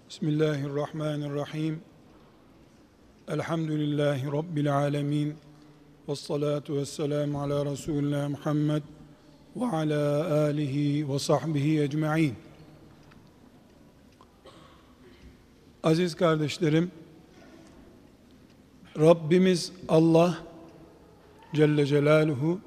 Bismillahirrahmanirrahim. Elhamdülillahi Rabbil alemin. Vessalatu vesselamu ala Resulina Muhammed ve ala alihi ve sahbihi ecma'in. Aziz kardeşlerim, Rabbimiz Allah Celle Celaluhu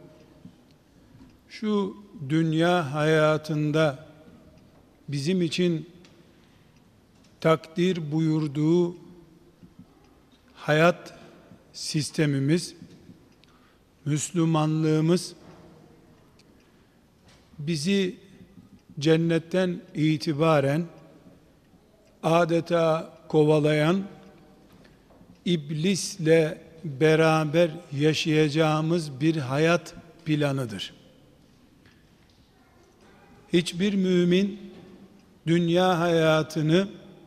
şu dünya hayatında bizim için takdir buyurduğu hayat sistemimiz, Müslümanlığımız bizi cennetten itibaren adeta kovalayan, iblisle beraber yaşayacağımız bir hayat planıdır. Hiçbir mümin dünya hayatını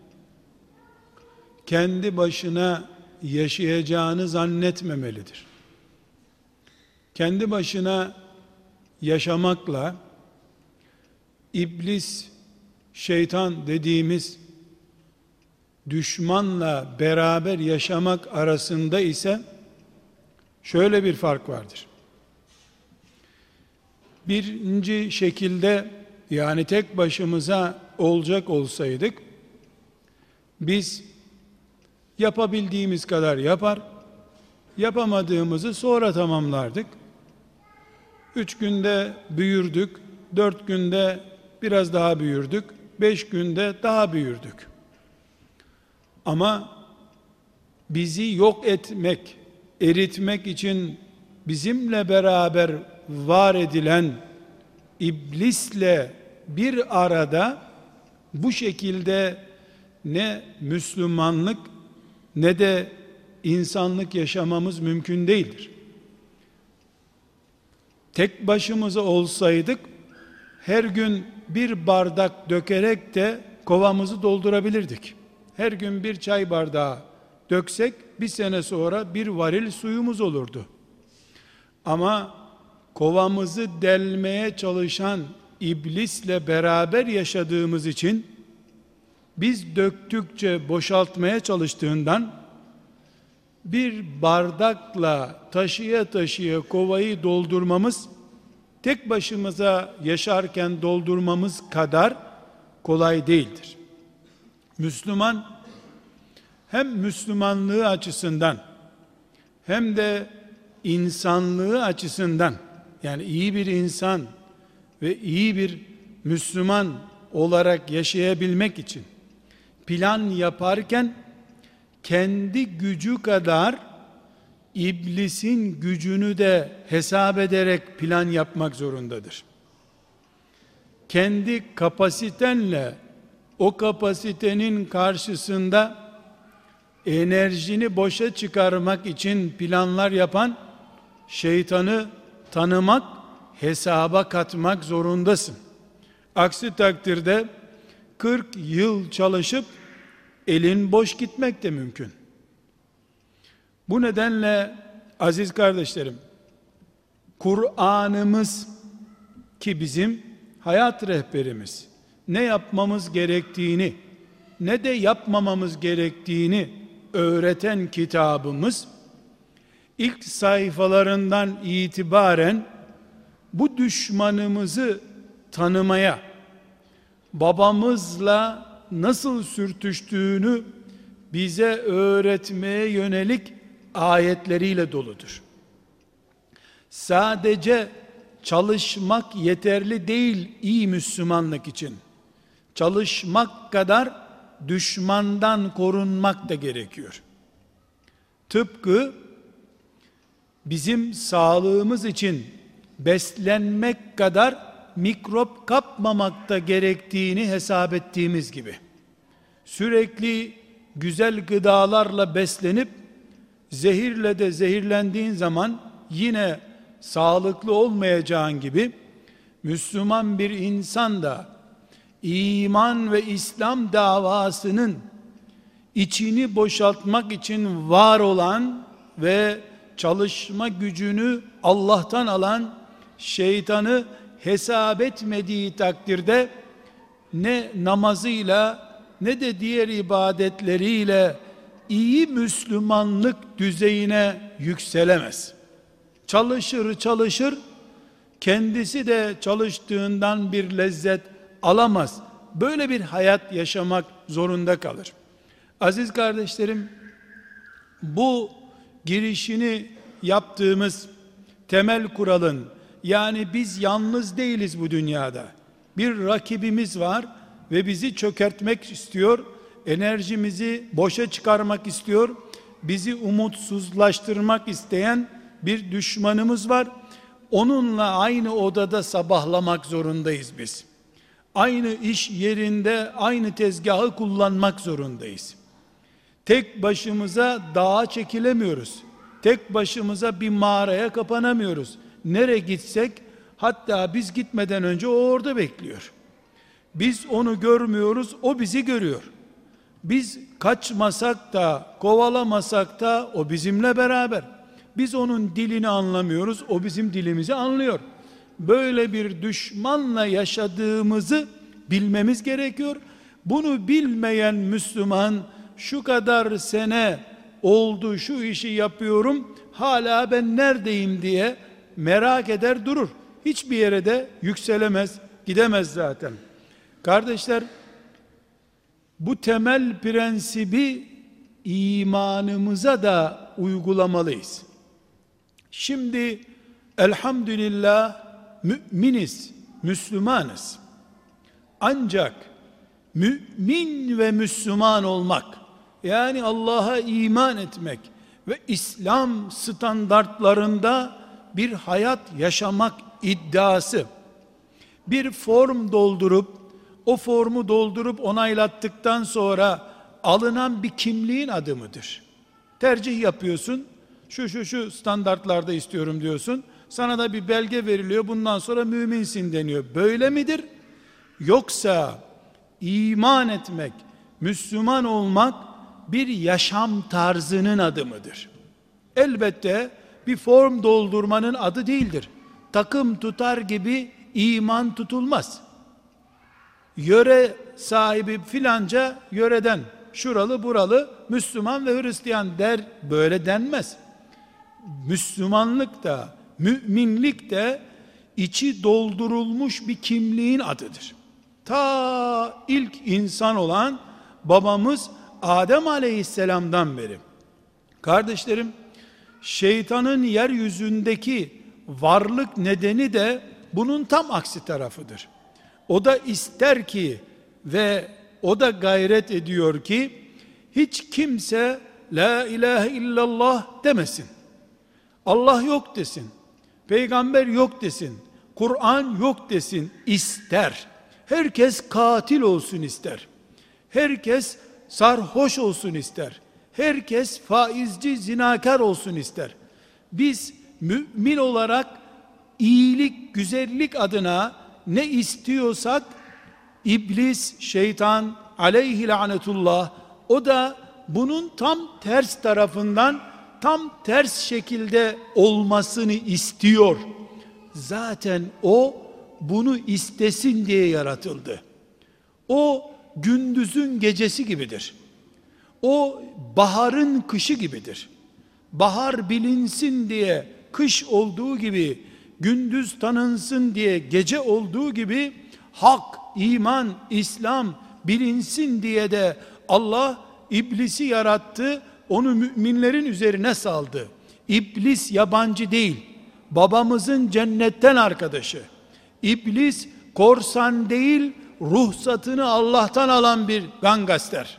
kendi başına yaşayacağını zannetmemelidir. Kendi başına yaşamakla iblis, şeytan dediğimiz düşmanla beraber yaşamak arasında ise şöyle bir fark vardır. Birinci şekilde, yani tek başımıza olacak olsaydık, biz yapabildiğimiz kadar yapar, yapamadığımızı sonra tamamlardık. 3 günde büyürdük, 4 günde biraz daha büyürdük, 5 günde daha büyürdük. Ama bizi yok etmek, eritmek için bizimle beraber var edilen iblisle bir arada bu şekilde ne Müslümanlık ne de insanlık yaşamamız mümkün değildir. Tek başımıza olsaydık her gün bir bardak dökerek de kovamızı doldurabilirdik. Her gün bir çay bardağı döksek bir sene sonra bir varil suyumuz olurdu. Ama kovamızı delmeye çalışan iblisle beraber yaşadığımız için biz döktükçe boşaltmaya çalıştığından bir bardakla taşıya taşıya kovayı doldurmamız, tek başımıza yaşarken doldurmamız kadar kolay değildir. Müslüman hem Müslümanlığı açısından hem de insanlığı açısından, yani iyi bir insan ve iyi bir Müslüman olarak yaşayabilmek için plan yaparken kendi gücü kadar iblisin gücünü de hesap ederek plan yapmak zorundadır. Kendi kapasitenle o kapasitenin karşısında enerjini boşa çıkarmak için planlar yapan şeytanı tanımak, hesaba katmak zorundasın. Aksi takdirde 40 yıl çalışıp elin boş gitmek de mümkün. Bu nedenle aziz kardeşlerim, Kur'an'ımız ki bizim hayat rehberimiz, ne yapmamız gerektiğini ne de yapmamamız gerektiğini öğreten kitabımız, ilk sayfalarından itibaren bu düşmanımızı tanımaya, babamızla nasıl sürtüştüğünü bize öğretmeye yönelik ayetleriyle doludur. Sadece çalışmak yeterli değil iyi Müslümanlık için. Çalışmak kadar düşmandan korunmak da gerekiyor. Tıpkı bizim sağlığımız için beslenmek kadar mikrop kapmamakta gerektiğini hesap ettiğimiz gibi, sürekli güzel gıdalarla beslenip zehirle de zehirlendiğin zaman yine sağlıklı olmayacağın gibi, Müslüman bir insan da iman ve İslam davasının içini boşaltmak için var olan ve çalışma gücünü Allah'tan alan şeytanı hesap etmediği takdirde ne namazıyla, ne de diğer ibadetleriyle iyi Müslümanlık düzeyine yükselemez. Çalışır çalışır, kendisi de çalıştığından bir lezzet alamaz. Böyle bir hayat yaşamak zorunda kalır. Aziz kardeşlerim, bu girişini yaptığımız temel kuralın, yani biz yalnız değiliz bu dünyada. Bir rakibimiz var ve bizi çökertmek istiyor, enerjimizi boşa çıkarmak istiyor, bizi umutsuzlaştırmak isteyen bir düşmanımız var. Onunla aynı odada sabahlamak zorundayız biz. Aynı iş yerinde aynı tezgahı kullanmak zorundayız. Tek başımıza dağa çekilemiyoruz. Tek başımıza bir mağaraya kapanamıyoruz. Nereye gitsek, hatta biz gitmeden önce o orada bekliyor. Biz onu görmüyoruz, o bizi görüyor. Biz kaçmasak da, kovalamasak da o bizimle beraber. Biz onun dilini anlamıyoruz, o bizim dilimizi anlıyor. Böyle bir düşmanla yaşadığımızı bilmemiz gerekiyor. Bunu bilmeyen Müslüman, şu kadar sene oldu şu işi yapıyorum, hala ben neredeyim diye merak eder durur. Hiçbir yere de yükselemez, gidemez zaten. Kardeşler, bu temel prensibi imanımıza da uygulamalıyız. Şimdi elhamdülillah müminiz, Müslümanız. Ancak mümin ve Müslüman olmak, yani Allah'a iman etmek ve İslam standartlarında bir hayat yaşamak iddiası, bir form doldurup, o formu doldurup onaylattıktan sonra alınan bir kimliğin adı mıdır? Tercih yapıyorsun, şu standartlarda istiyorum diyorsun, sana da bir belge veriliyor, bundan sonra müminsin deniyor. Böyle midir? Yoksa iman etmek, Müslüman olmak bir yaşam tarzının adı mıdır? Elbette bir form doldurmanın adı değildir. Takım tutar gibi iman tutulmaz. Yöre sahibi filanca yöreden, şuralı buralı Müslüman ve Hristiyan der, böyle denmez. Müslümanlık da, müminlik de içi doldurulmuş bir kimliğin adıdır. Ta ilk insan olan babamız Adem Aleyhisselam'dan beri. Kardeşlerim, şeytanın yeryüzündeki varlık nedeni de bunun tam aksi tarafıdır. O da ister ki ve o da gayret ediyor ki hiç kimse la ilahe illallah demesin. Allah yok desin. Peygamber yok desin. Kur'an yok desin ister. Herkes katil olsun ister. Herkes sarhoş olsun ister. Herkes faizci, zinakar olsun ister. Biz mümin olarak iyilik, güzellik adına ne istiyorsak, iblis, şeytan aleyhi lanetullah, o da bunun tam ters tarafından, tam ters şekilde olmasını istiyor. Zaten o bunu istesin diye yaratıldı. O gündüzün gecesi gibidir. O baharın kışı gibidir. Bahar bilinsin diye kış olduğu gibi, gündüz tanınsın diye gece olduğu gibi, hak, iman, İslam bilinsin diye de Allah iblisi yarattı, onu müminlerin üzerine saldı. İblis yabancı değil, babamızın cennetten arkadaşı. İblis korsan değil, ruhsatını Allah'tan alan bir gangster.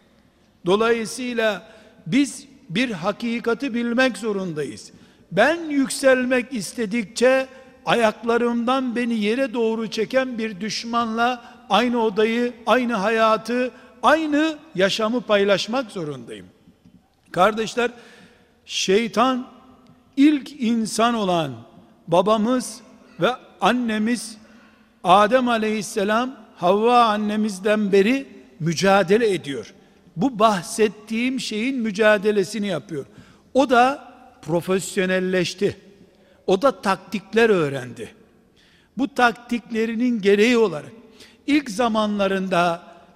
Dolayısıyla biz bir hakikati bilmek zorundayız. Ben yükselmek istedikçe ayaklarımdan beni yere doğru çeken bir düşmanla aynı odayı, aynı hayatı, aynı yaşamı paylaşmak zorundayım. Kardeşler, şeytan ilk insan olan babamız ve annemiz Adem Aleyhisselam, Havva annemizden beri mücadele ediyor. Bu bahsettiğim şeyin mücadelesini yapıyor. O da profesyonelleşti. O da taktikler öğrendi. Bu taktiklerinin gereği olarak ilk zamanlarında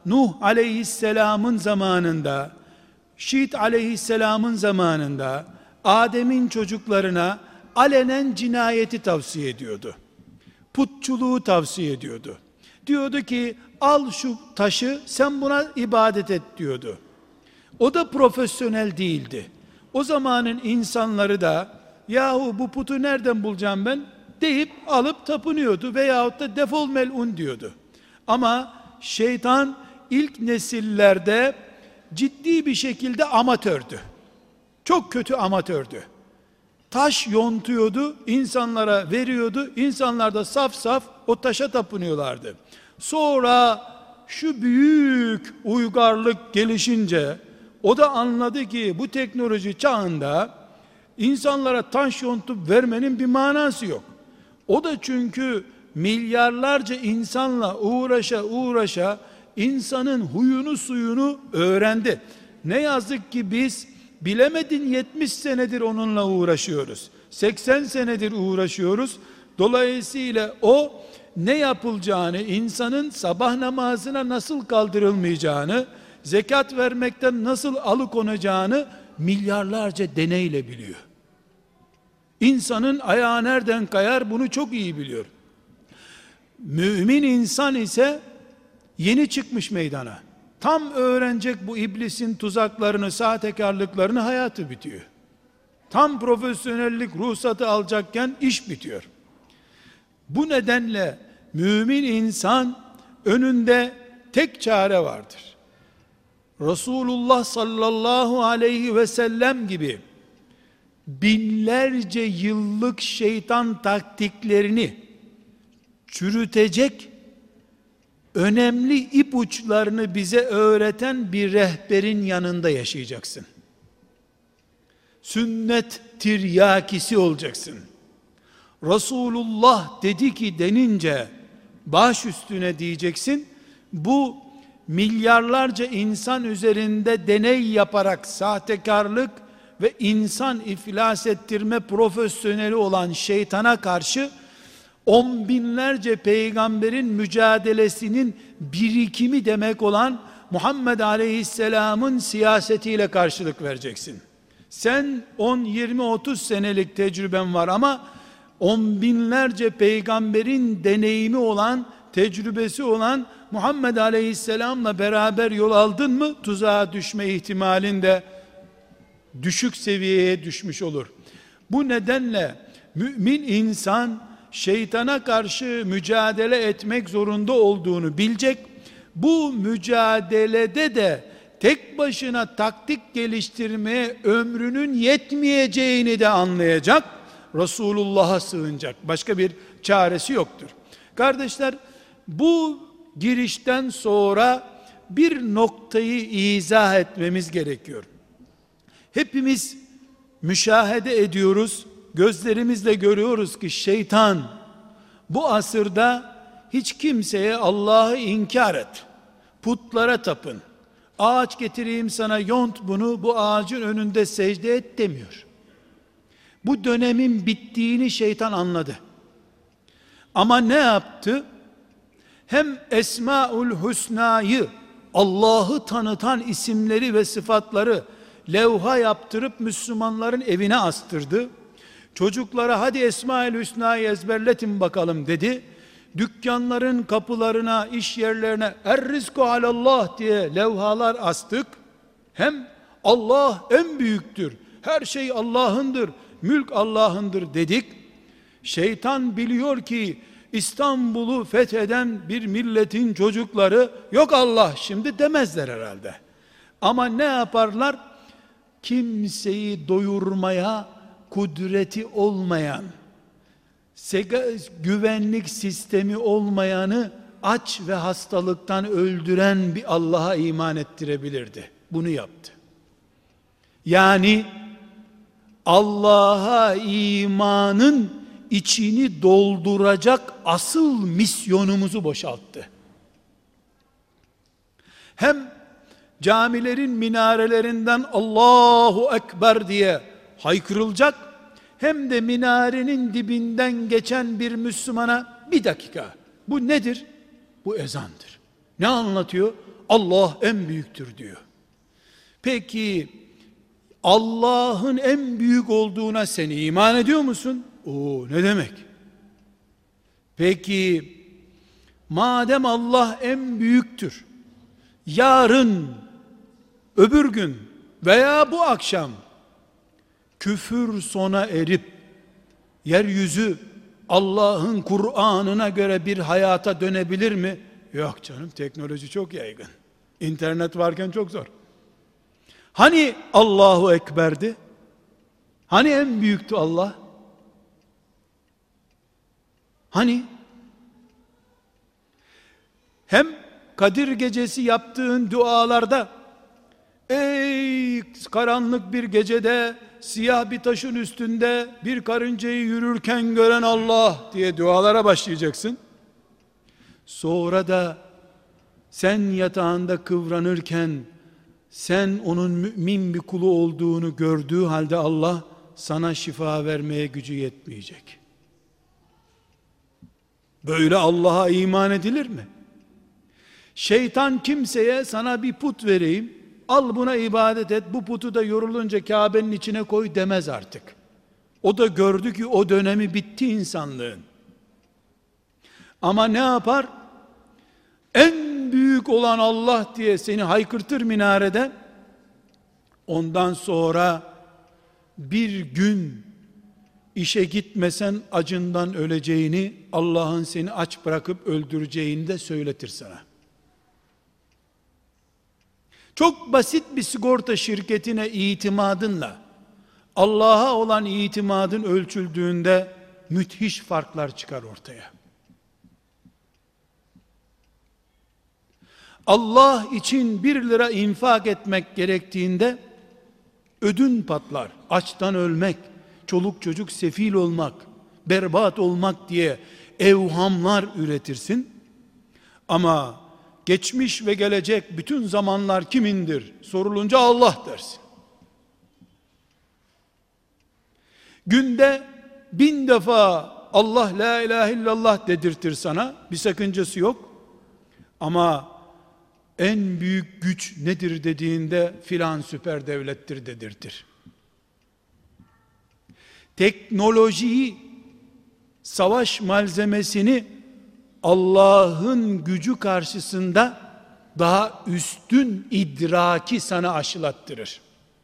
Nuh aleyhisselamın zamanında, Şit aleyhisselamın zamanında Adem'in çocuklarına alenen cinayeti tavsiye ediyordu. Putçuluğu tavsiye ediyordu. Diyordu ki al şu taşı, sen buna ibadet et diyordu. O da profesyonel değildi. O zamanın insanları da yahu bu putu nereden bulacağım ben deyip alıp tapınıyordu veyahut da defol melun diyordu. Ama şeytan ilk nesillerde ciddi bir şekilde amatördü. Çok kötü amatördü. Taş yontuyordu, insanlara veriyordu. İnsanlar da saf saf o taşa tapınıyorlardı. Sonra şu büyük uygarlık gelişince o da anladı ki bu teknoloji çağında insanlara taş yontup vermenin bir manası yok. O da çünkü milyarlarca insanla uğraşa insanın huyunu suyunu öğrendi. Ne yazık ki biz bilemedin 70 senedir onunla uğraşıyoruz. 80 senedir uğraşıyoruz. Dolayısıyla o ne yapılacağını, insanın sabah namazına nasıl kaldırılmayacağını, zekat vermekten nasıl alıkonacağını milyarlarca deneyle biliyor. İnsanın ayağı nereden kayar bunu çok iyi biliyor. Mümin insan ise yeni çıkmış meydana. Tam öğrenecek bu iblisin tuzaklarını, sahtekarlıklarını, hayatı bitiyor. Tam profesyonellik ruhsatı alacakken iş bitiyor. Bu nedenle mümin insan önünde tek çare vardır. Resulullah sallallahu aleyhi ve sellem gibi binlerce yıllık şeytan taktiklerini çürütecek önemli ipuçlarını bize öğreten bir rehberin yanında yaşayacaksın. Sünnet tiryakisi olacaksın. Resulullah dedi ki denince baş üstüne diyeceksin. Bu milyarlarca insan üzerinde deney yaparak sahtekarlık ve insan iflas ettirme profesyoneli olan şeytana karşı on binlerce peygamberin mücadelesinin birikimi demek olan Muhammed Aleyhisselam'ın siyasetiyle karşılık vereceksin. Sen 10, 20, 30 senelik tecrüben var ama on binlerce peygamberin deneyimi olan, tecrübesi olan Muhammed Aleyhisselam'la beraber yol aldın mı tuzağa düşme ihtimalin de düşük seviyeye düşmüş olur. Bu nedenle mümin insan şeytana karşı mücadele etmek zorunda olduğunu bilecek. Bu mücadelede de tek başına taktik geliştirmeye ömrünün yetmeyeceğini de anlayacak. Resulullah'a sığınacak. Başka bir çaresi yoktur. Kardeşler, bu girişten sonra bir noktayı izah etmemiz gerekiyor. Hepimiz müşahede ediyoruz, gözlerimizle görüyoruz ki şeytan bu asırda hiç kimseye Allah'ı inkar et, putlara tapın, ağaç getireyim sana yont bunu, bu ağacın önünde secde et demiyor. Bu dönemin bittiğini şeytan anladı. Ama ne yaptı? Hem Esmaül Hüsna'yı, Allah'ı tanıtan isimleri ve sıfatları levha yaptırıp Müslümanların evine astırdı. Çocuklara hadi Esmaül Hüsna'yı ezberletin bakalım dedi. Dükkanların kapılarına, iş yerlerine Er-rizku alallah diye levhalar astık. Hem Allah en büyüktür, her şey Allah'ındır, mülk Allah'ındır dedik. Şeytan biliyor ki İstanbul'u fetheden bir milletin çocukları yok Allah şimdi demezler herhalde. Ama ne yaparlar? Kimseyi doyurmaya kudreti olmayan, güvenlik sistemi olmayanı aç ve hastalıktan öldüren bir Allah'a iman ettirebilirdi. Bunu yaptı. Yani Allah'a imanın içini dolduracak asıl misyonumuzu boşalttı. Hem camilerin minarelerinden Allahu Ekber diye haykırılacak, hem de minarenin dibinden geçen bir Müslümana bir dakika, bu nedir? Bu ezandır. Ne anlatıyor? Allah en büyüktür diyor. Peki Allah'ın en büyük olduğuna sen iman ediyor musun? Ne demek? Peki madem Allah en büyüktür, yarın, öbür gün veya bu akşam küfür sona erip yeryüzü Allah'ın Kur'an'ına göre bir hayata dönebilir mi? Yok canım, teknoloji çok yaygın. İnternet varken çok zor. Hani Allahu Ekber'di? Hani en büyüktü Allah? Hani? Hem Kadir gecesi yaptığın dualarda, ey karanlık bir gecede siyah bir taşın üstünde bir karıncayı yürürken gören Allah diye dualara başlayacaksın. Sonra da sen yatağında kıvranırken sen onun mümin bir kulu olduğunu gördüğü halde Allah sana şifa vermeye gücü yetmeyecek. Böyle Allah'a iman edilir mi? Şeytan kimseye sana bir put vereyim, al buna ibadet et, bu putu da yorulunca Kabe'nin içine koy demez artık. O da gördü ki o dönemi bitti insanlığın. Ama ne yapar? En büyük olan Allah diye seni haykırtır minarede. Ondan sonra bir gün işe gitmesen acından öleceğini, Allah'ın seni aç bırakıp öldüreceğini de söyletir sana. Çok basit bir sigorta şirketine itimadınla Allah'a olan itimadın ölçüldüğünde müthiş farklar çıkar ortaya. Allah için 1 lira infak etmek gerektiğinde ödün patlar. Açtan ölmek, çoluk çocuk sefil olmak, berbat olmak diye evhamlar üretirsin. Ama geçmiş ve gelecek bütün zamanlar kimindir sorulunca Allah dersin. Günde 1000 defa Allah la ilahe illallah dedirtir sana, bir sakıncası yok. Ama en büyük güç nedir dediğinde filan süper devlettir dedirtir. Teknolojiyi, savaş malzemesini Allah'ın gücü karşısında daha üstün idraki sana aşılattırır.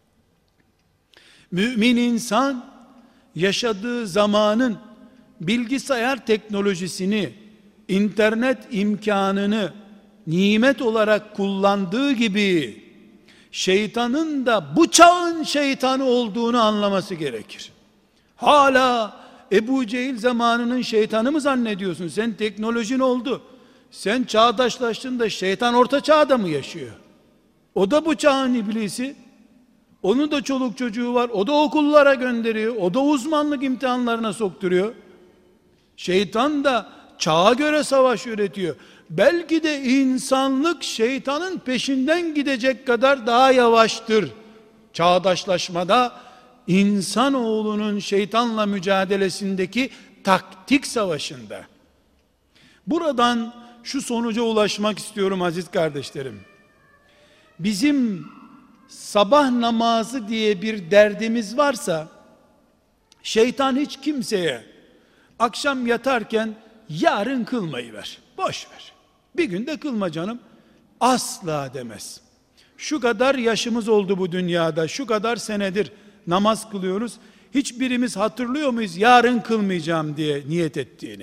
Mümin insan yaşadığı zamanın bilgisayar teknolojisini, internet imkanını nimet olarak kullandığı gibi şeytanın da bu çağın şeytanı olduğunu anlaması gerekir. Hala Ebu Cehil zamanının şeytanı mı zannediyorsun? Sen teknolojin oldu. Sen çağdaşlaştın da şeytan orta çağda mı yaşıyor? O da bu çağın iblisi. Onun da çoluk çocuğu var. O da okullara gönderiyor. O da uzmanlık imtihanlarına sokturuyor. Şeytan da çağa göre savaş üretiyor. Belki de insanlık şeytanın peşinden gidecek kadar daha yavaştır. Çağdaşlaşmada insanoğlunun şeytanla mücadelesindeki taktik savaşında. Buradan şu sonuca ulaşmak istiyorum aziz kardeşlerim. Bizim sabah namazı diye bir derdimiz varsa, şeytan hiç kimseye akşam yatarken yarın kılmayı ver, boş ver, bir günde kılma canım, asla demez. Şu kadar yaşımız oldu bu dünyada, şu kadar senedir namaz kılıyoruz, hiçbirimiz hatırlıyor muyuz yarın kılmayacağım diye niyet ettiğini?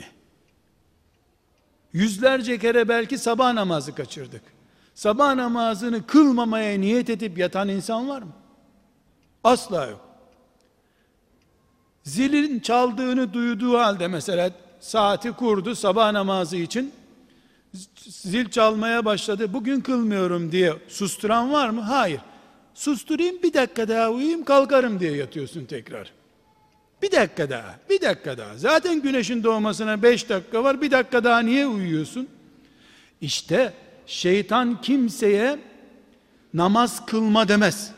Yüzlerce kere belki sabah namazı kaçırdık. Sabah namazını kılmamaya niyet edip yatan insan var mı? Asla yok. Zilin çaldığını duyduğu halde mesela saati kurdu sabah namazı için, zil çalmaya başladı, bugün kılmıyorum diye susturan var mı? Hayır. Susturayım, bir dakika daha uyuyayım, kalkarım diye yatıyorsun tekrar. Bir dakika daha, bir dakika daha. Zaten güneşin doğmasına 5 dakika var, bir dakika daha niye uyuyorsun? İşte şeytan kimseye namaz kılma demez.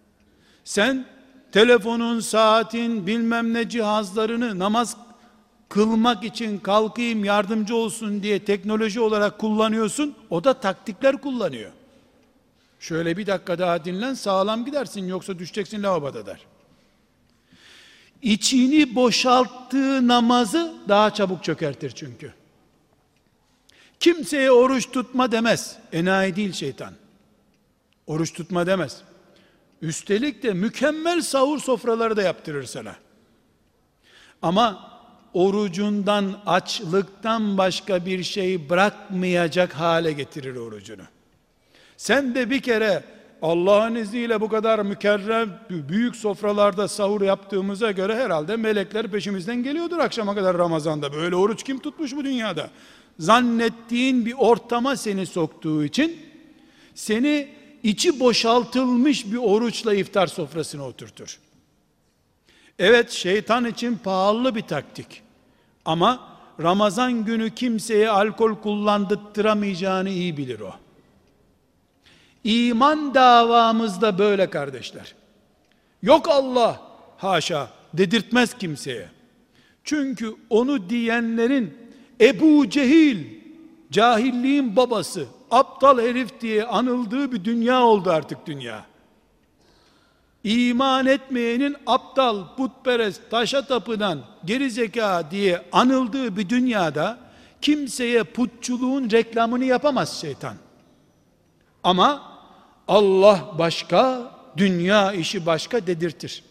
Sen telefonun, saatin, bilmem ne cihazlarını namaz kılmak için kalkayım yardımcı olsun diye teknoloji olarak kullanıyorsun, o da taktikler kullanıyor. Şöyle bir dakika daha dinlen, sağlam gidersin, yoksa düşeceksin lavaboda der. İçini boşalttığı namazı daha çabuk çökertir çünkü. Kimseye oruç tutma demez. Enayi değil şeytan. Oruç tutma demez. Üstelik de mükemmel sahur sofraları da yaptırır sana. Ama orucundan, açlıktan başka bir şey bırakmayacak hale getirir orucunu. Sen de bir kere Allah'ın izniyle bu kadar mükerrem büyük sofralarda sahur yaptığımıza göre herhalde melekler peşimizden geliyordur akşama kadar Ramazan'da. Böyle oruç kim tutmuş bu dünyada? Zannettiğin bir ortama seni soktuğu için seni içi boşaltılmış bir oruçla iftar sofrasına oturtur. Evet, şeytan için pahalı bir taktik. Ama Ramazan günü kimseye alkol kullandırtamayacağını iyi bilir o. İman davamızda böyle kardeşler. Yok Allah, haşa dedirtmez kimseye. Çünkü onu diyenlerin Ebu Cehil, cahilliğin babası, aptal herif diye anıldığı bir dünya oldu artık dünya. İman etmeyenin aptal, putperest, taşa tapınan, gerizeka diye anıldığı bir dünyada kimseye putçuluğun reklamını yapamaz şeytan. Ama Allah başka, dünya işi başka dedirtir.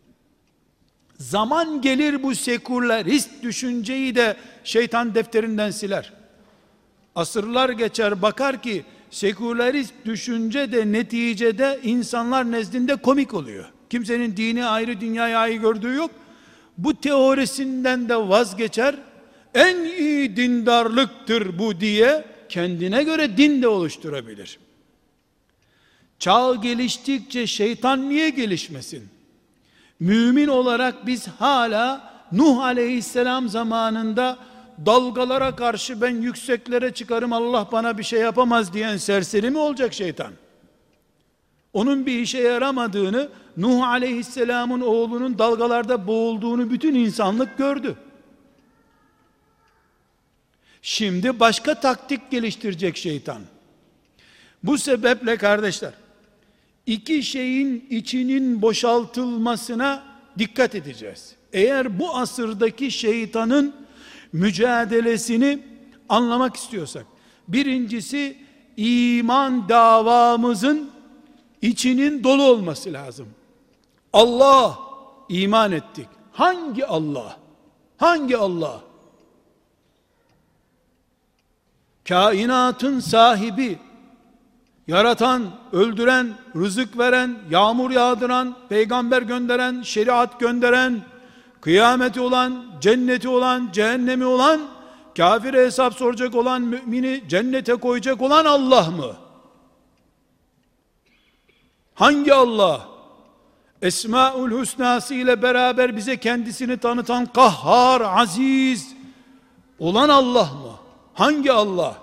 Zaman gelir bu sekülerist düşünceyi de şeytan defterinden siler. Asırlar geçer, bakar ki sekülerist düşünce de neticede insanlar nezdinde komik oluyor. Kimsenin dini ayrı, dünyayı ayrı gördüğü yok. Bu teorisinden de vazgeçer. En iyi dindarlıktır bu diye kendine göre din de oluşturabilir. Çağ geliştikçe şeytan niye gelişmesin? Mümin olarak biz hala Nuh aleyhisselam zamanında dalgalara karşı ben yükseklere çıkarım, Allah bana bir şey yapamaz diyen serseri mi olacak şeytan? Onun bir işe yaramadığını, Nuh aleyhisselamın oğlunun dalgalarda boğulduğunu bütün insanlık gördü. Şimdi başka taktik geliştirecek şeytan. Bu sebeple kardeşler, iki şeyin içinin boşaltılmasına dikkat edeceğiz. Eğer bu asırdaki şeytanın mücadelesini anlamak istiyorsak, birincisi iman davamızın içinin dolu olması lazım. Allah, iman ettik. Hangi Allah? Hangi Allah? Kainatın sahibi, yaratan, öldüren, rızık veren, yağmur yağdıran, peygamber gönderen, şeriat gönderen, kıyameti olan, cenneti olan, cehennemi olan, kafire hesap soracak olan, mümini cennete koyacak olan Allah mı? Hangi Allah? Esmaül Hüsnası ile beraber bize kendisini tanıtan Kahhar, Aziz olan Allah mı? Hangi Allah?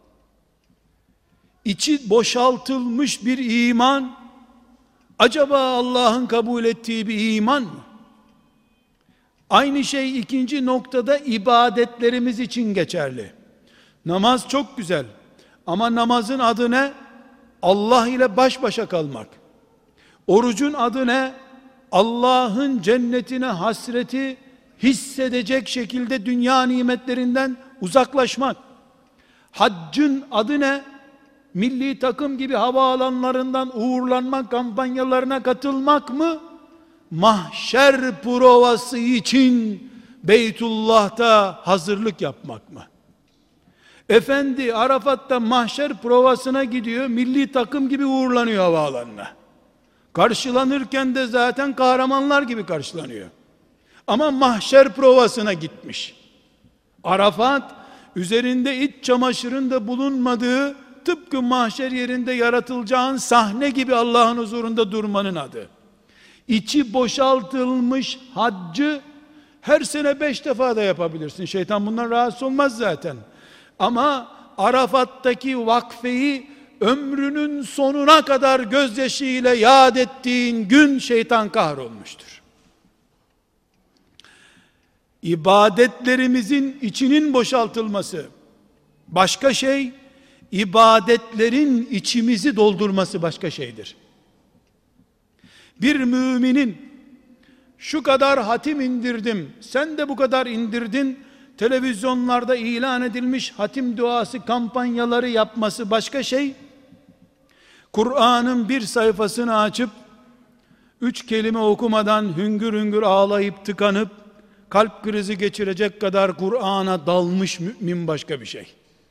İçi boşaltılmış bir iman, acaba Allah'ın kabul ettiği bir iman mı? Aynı şey ikinci noktada ibadetlerimiz için geçerli. Namaz çok güzel ama namazın adı ne? Allah ile baş başa kalmak. Orucun adı ne? Allah'ın cennetine hasreti hissedecek şekilde dünya nimetlerinden uzaklaşmak. Haccın adı ne? Milli takım gibi havaalanlarından uğurlanma kampanyalarına katılmak mı? Mahşer provası için Beytullah'ta hazırlık yapmak mı? Efendi Arafat'ta mahşer provasına gidiyor, milli takım gibi uğurlanıyor havaalanına. Karşılanırken de zaten kahramanlar gibi karşılanıyor. Ama mahşer provasına gitmiş. Arafat, üzerinde iç çamaşırın da bulunmadığı, tıpkı mahşer yerinde yaratılacağın sahne gibi Allah'ın huzurunda durmanın adı. İçi boşaltılmış haccı her sene 5 defa da yapabilirsin. Şeytan bundan rahatsız olmaz zaten. Ama Arafat'taki vakfeyi ömrünün sonuna kadar gözyaşıyla yad ettiğin gün şeytan kahrolmuştur. ibadetlerimizin içinin boşaltılması başka şey, ibadetlerin içimizi doldurması başka şeydir. Bir müminin şu kadar hatim indirdim, sen de bu kadar indirdin, televizyonlarda ilan edilmiş hatim duası kampanyaları yapması başka şey, Kur'an'ın bir sayfasını açıp 3 kelime okumadan hüngür hüngür ağlayıp tıkanıp kalp krizi geçirecek kadar Kur'an'a dalmış mümin başka bir şey.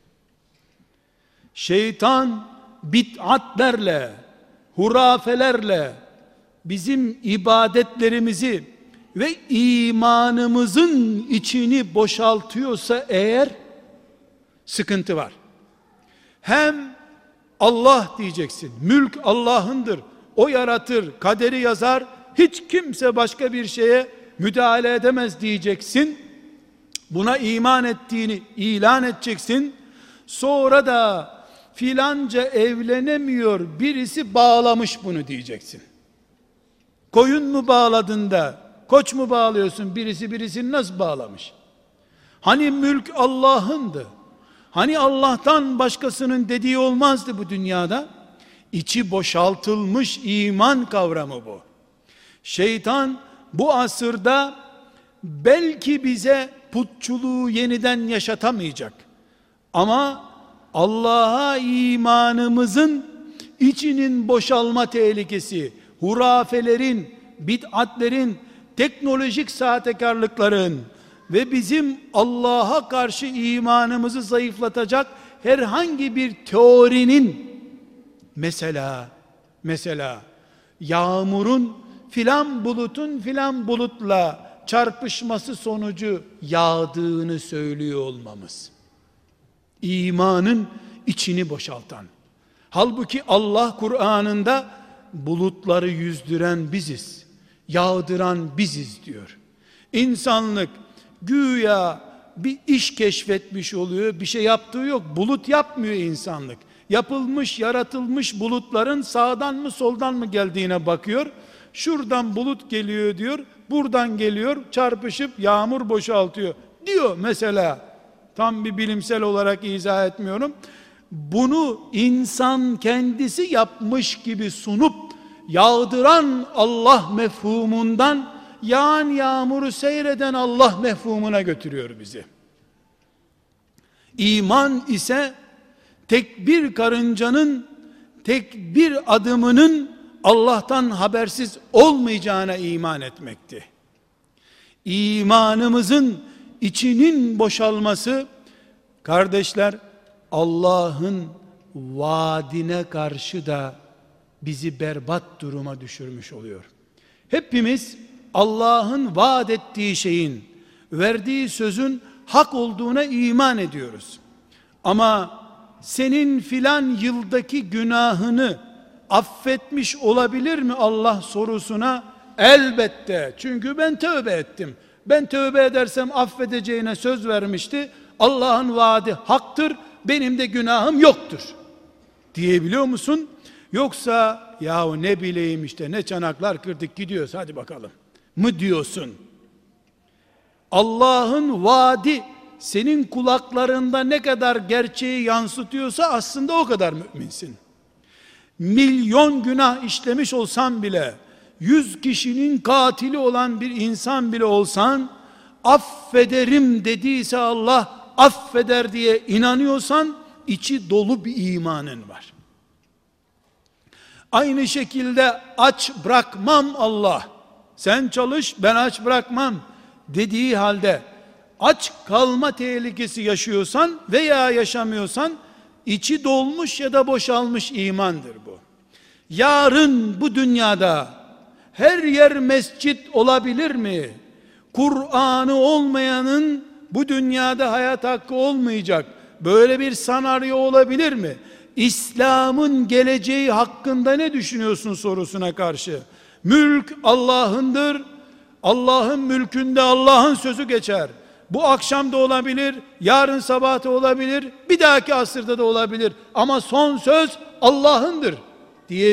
Şeytan bid'atlerle, hurafelerle bizim ibadetlerimizi ve imanımızın içini boşaltıyorsa eğer sıkıntı var. Hem Allah diyeceksin, mülk Allah'ındır, o yaratır, kaderi yazar, hiç kimse başka bir şeye müdahale edemez diyeceksin. Buna iman ettiğini ilan edeceksin. Sonra da filanca evlenemiyor, birisi bağlamış bunu diyeceksin. Koyun mu bağladın da koç mu bağlıyorsun, birisi birisini nasıl bağlamış? Hani mülk Allah'ındı, hani Allah'tan başkasının dediği olmazdı bu dünyada? İçi boşaltılmış iman kavramı bu. Şeytan bu asırda belki bize putçuluğu yeniden yaşatamayacak, ama Allah'a imanımızın içinin boşalma tehlikesi, hurafelerin, bid'atlerin, teknolojik sahtekarlıkların ve bizim Allah'a karşı imanımızı zayıflatacak herhangi bir teorinin, mesela yağmurun filan bulutun filan bulutla çarpışması sonucu yağdığını söylüyor olmamız. İmanın içini boşaltan. Halbuki Allah Kur'an'ında bulutları yüzdüren biziz, yağdıran biziz diyor. İnsanlık güya bir iş keşfetmiş oluyor, bir şey yaptığı yok. Bulut yapmıyor insanlık. Yapılmış, yaratılmış bulutların sağdan mı soldan mı geldiğine bakıyor. Şuradan bulut geliyor diyor, buradan geliyor, çarpışıp yağmur boşaltıyor diyor mesela. Tam bir bilimsel olarak izah etmiyorum. Bunu insan kendisi yapmış gibi sunup yağdıran Allah mefhumundan yağan yağmuru seyreden Allah mefhumuna götürüyor bizi. İman ise tek bir karıncanın, tek bir adımının Allah'tan habersiz olmayacağına iman etmekti. İmanımızın içinin boşalması, kardeşler, Allah'ın vaadine karşı da bizi berbat duruma düşürmüş oluyor. Hepimiz Allah'ın vaat ettiği şeyin, verdiği sözün hak olduğuna iman ediyoruz. Ama senin filan yıldaki günahını affetmiş olabilir mi Allah sorusuna elbette, çünkü ben tövbe ettim, ben tövbe edersem affedeceğine söz vermişti, Allah'ın vaadi haktır, benim de günahım yoktur diyebiliyor musun? Yoksa yahu ne bileyim işte, ne çanaklar kırdık gidiyoruz hadi bakalım mı diyorsun? Allah'ın vaadi senin kulaklarında ne kadar gerçeği yansıtıyorsa aslında o kadar müminsin. Milyon günah işlemiş olsan bile, 100 kişinin katili olan bir insan bile olsan, affederim dediyse Allah affeder diye inanıyorsan, içi dolu bir imanın var. Aynı şekilde aç bırakmam Allah, sen çalış ben aç bırakmam dediği halde, aç kalma tehlikesi yaşıyorsan veya yaşamıyorsan, içi dolmuş ya da boşalmış imandır bu. Yarın bu dünyada her yer mescit olabilir mi? Kur'an'ı olmayanın bu dünyada hayat hakkı olmayacak. Böyle bir senaryo olabilir mi? İslam'ın geleceği hakkında ne düşünüyorsun sorusuna karşı, mülk Allah'ındır, Allah'ın mülkünde Allah'ın sözü geçer. Bu akşam da olabilir, yarın sabah da olabilir, bir dahaki asırda da olabilir, ama son söz Allah'ındır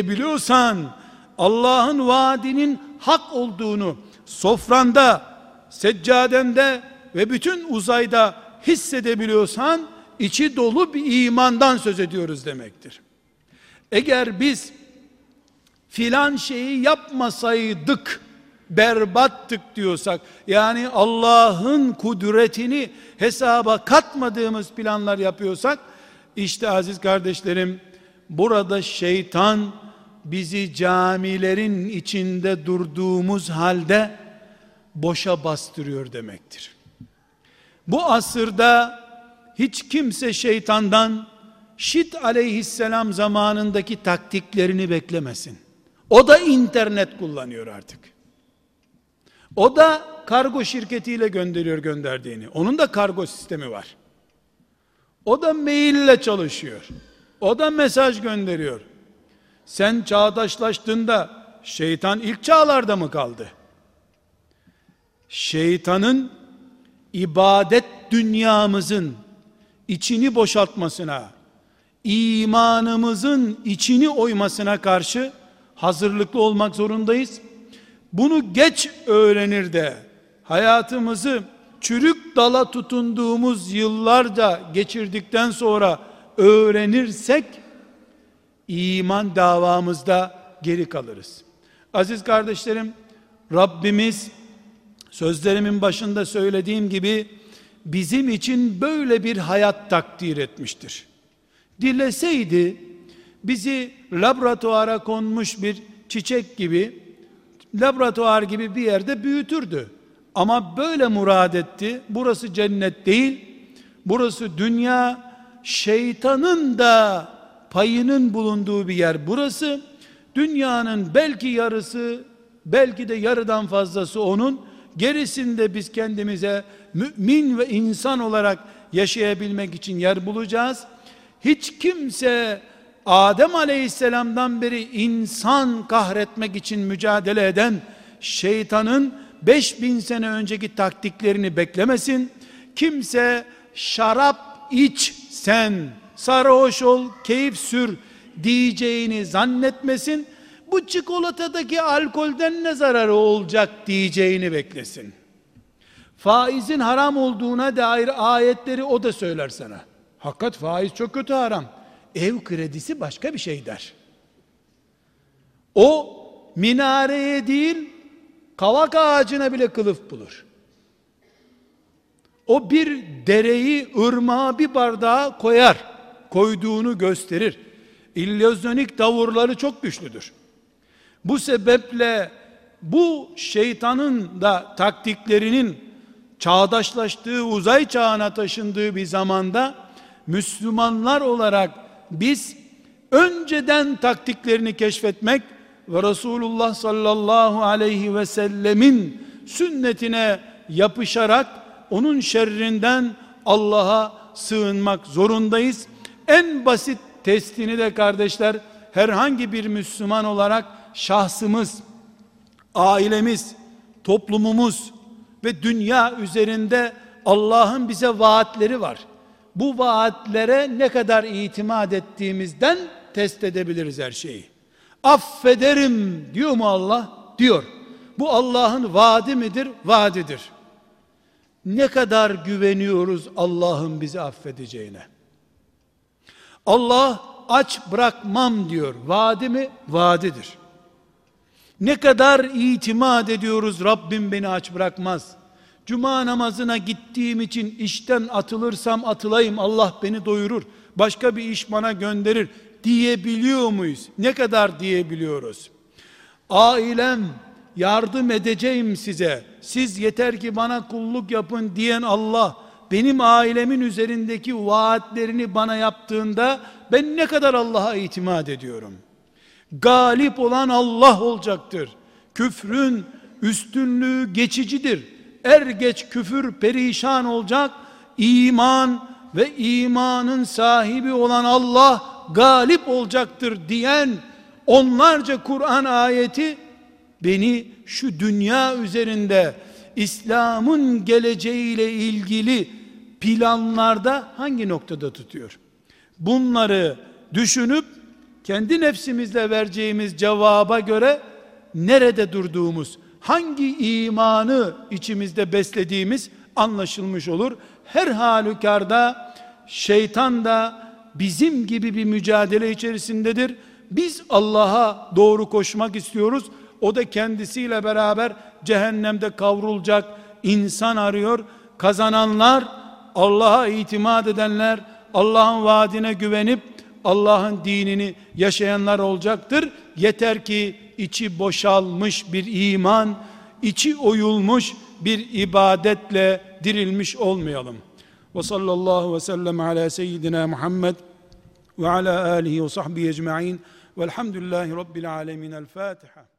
diyebiliyorsan, Allah'ın vaadinin hak olduğunu sofranda seccadende ve bütün uzayda hissedebiliyorsan, içi dolu bir imandan söz ediyoruz demektir. Eğer biz filan şeyi yapmasaydık berbattık diyorsak, yani Allah'ın kudretini hesaba katmadığımız planlar yapıyorsak, işte aziz kardeşlerim, burada şeytan bizi camilerin içinde durduğumuz halde boşa bastırıyor demektir. Bu asırda hiç kimse şeytandan Şit aleyhisselam zamanındaki taktiklerini beklemesin. O da internet kullanıyor artık. O da kargo şirketiyle gönderiyor gönderdiğini. Onun da kargo sistemi var. O da maille çalışıyor. O da mesaj gönderiyor. Sen çağdaşlaştığında şeytan ilk çağlarda mı kaldı? Şeytanın ibadet dünyamızın içini boşaltmasına, imanımızın içini oymasına karşı hazırlıklı olmak zorundayız. Bunu geç öğrenir de hayatımızı çürük dala tutunduğumuz yıllarca geçirdikten sonra öğrenirsek iman davamızda geri kalırız. Aziz kardeşlerim, Rabbimiz sözlerimin başında söylediğim gibi bizim için böyle bir hayat takdir etmiştir. Dileseydi bizi laboratuvara konmuş bir çiçek gibi, laboratuvar gibi bir yerde büyütürdü. Ama böyle murad etti. Burası cennet değil, burası dünya, şeytanın da payının bulunduğu bir yer burası. Dünyanın belki yarısı, belki de yarıdan fazlası onun. Gerisinde biz kendimize mümin ve insan olarak yaşayabilmek için yer bulacağız. Hiç kimse Adem Aleyhisselam'dan beri insan kahretmek için mücadele eden şeytanın 5000 sene önceki taktiklerini beklemesin. Kimse şarap iç sen, sarhoş ol, keyif sür diyeceğini zannetmesin. Bu çikolatadaki alkolden ne zararı olacak diyeceğini beklesin. Faizin haram olduğuna dair ayetleri o da söyler sana. Hakikat faiz çok kötü, haram. Ev kredisi başka bir şey der. O minareye değil, kavak ağacına bile kılıf bulur. O bir dereyi, ırmağa bir bardağa koyar. Koyduğunu gösterir. İllüzyonik tavırları çok güçlüdür. Bu sebeple bu şeytanın da taktiklerinin çağdaşlaştığı, uzay çağına taşındığı bir zamanda Müslümanlar olarak biz önceden taktiklerini keşfetmek ve Resulullah sallallahu aleyhi ve sellemin sünnetine yapışarak onun şerrinden Allah'a sığınmak zorundayız. En basit testini de kardeşler, herhangi bir Müslüman olarak şahsımız, ailemiz, toplumumuz ve dünya üzerinde Allah'ın bize vaatleri var. Bu vaatlere ne kadar itimat ettiğimizden test edebiliriz her şeyi. Affederim diyor mu Allah? Diyor. Bu Allah'ın vaadi midir? Vaadidir. Ne kadar güveniyoruz Allah'ın bizi affedeceğine? Allah aç bırakmam diyor. Vaadi mi? Vaadidir. Ne kadar itimat ediyoruz Rabbim beni aç bırakmaz. Cuma namazına gittiğim için işten atılırsam atılayım, Allah beni doyurur, başka bir iş bana gönderir diyebiliyor muyuz? Ne kadar diyebiliyoruz? Ailem yardım edeceğim size, siz yeter ki bana kulluk yapın diyen Allah, benim ailemin üzerindeki vaatlerini bana yaptığında ben ne kadar Allah'a itimat ediyorum? Galip olan Allah olacaktır. Küfrün üstünlüğü geçicidir. Er geç küfür perişan olacak. İman ve imanın sahibi olan Allah galip olacaktır diyen onlarca Kur'an ayeti beni şu dünya üzerinde İslam'ın geleceğiyle ilgili planlarda hangi noktada tutuyor? Bunları düşünüp kendi nefsimizle vereceğimiz cevaba göre nerede durduğumuz, hangi imanı içimizde beslediğimiz anlaşılmış olur. Her halükarda şeytan da bizim gibi bir mücadele içerisindedir. Biz Allah'a doğru koşmak istiyoruz. O da kendisiyle beraber cehennemde kavrulacak insan arıyor. Kazananlar, Allah'a itimat edenler, Allah'ın vaadine güvenip Allah'ın dinini yaşayanlar olacaktır. Yeter ki içi boşalmış bir iman, içi oyulmuş bir ibadetle dirilmiş olmayalım. Ve sallallahu ve sellem ala seyyidina Muhammed ve ala alihi ve sahbihi ecma'in velhamdülillahi rabbil alemin. El Fatiha.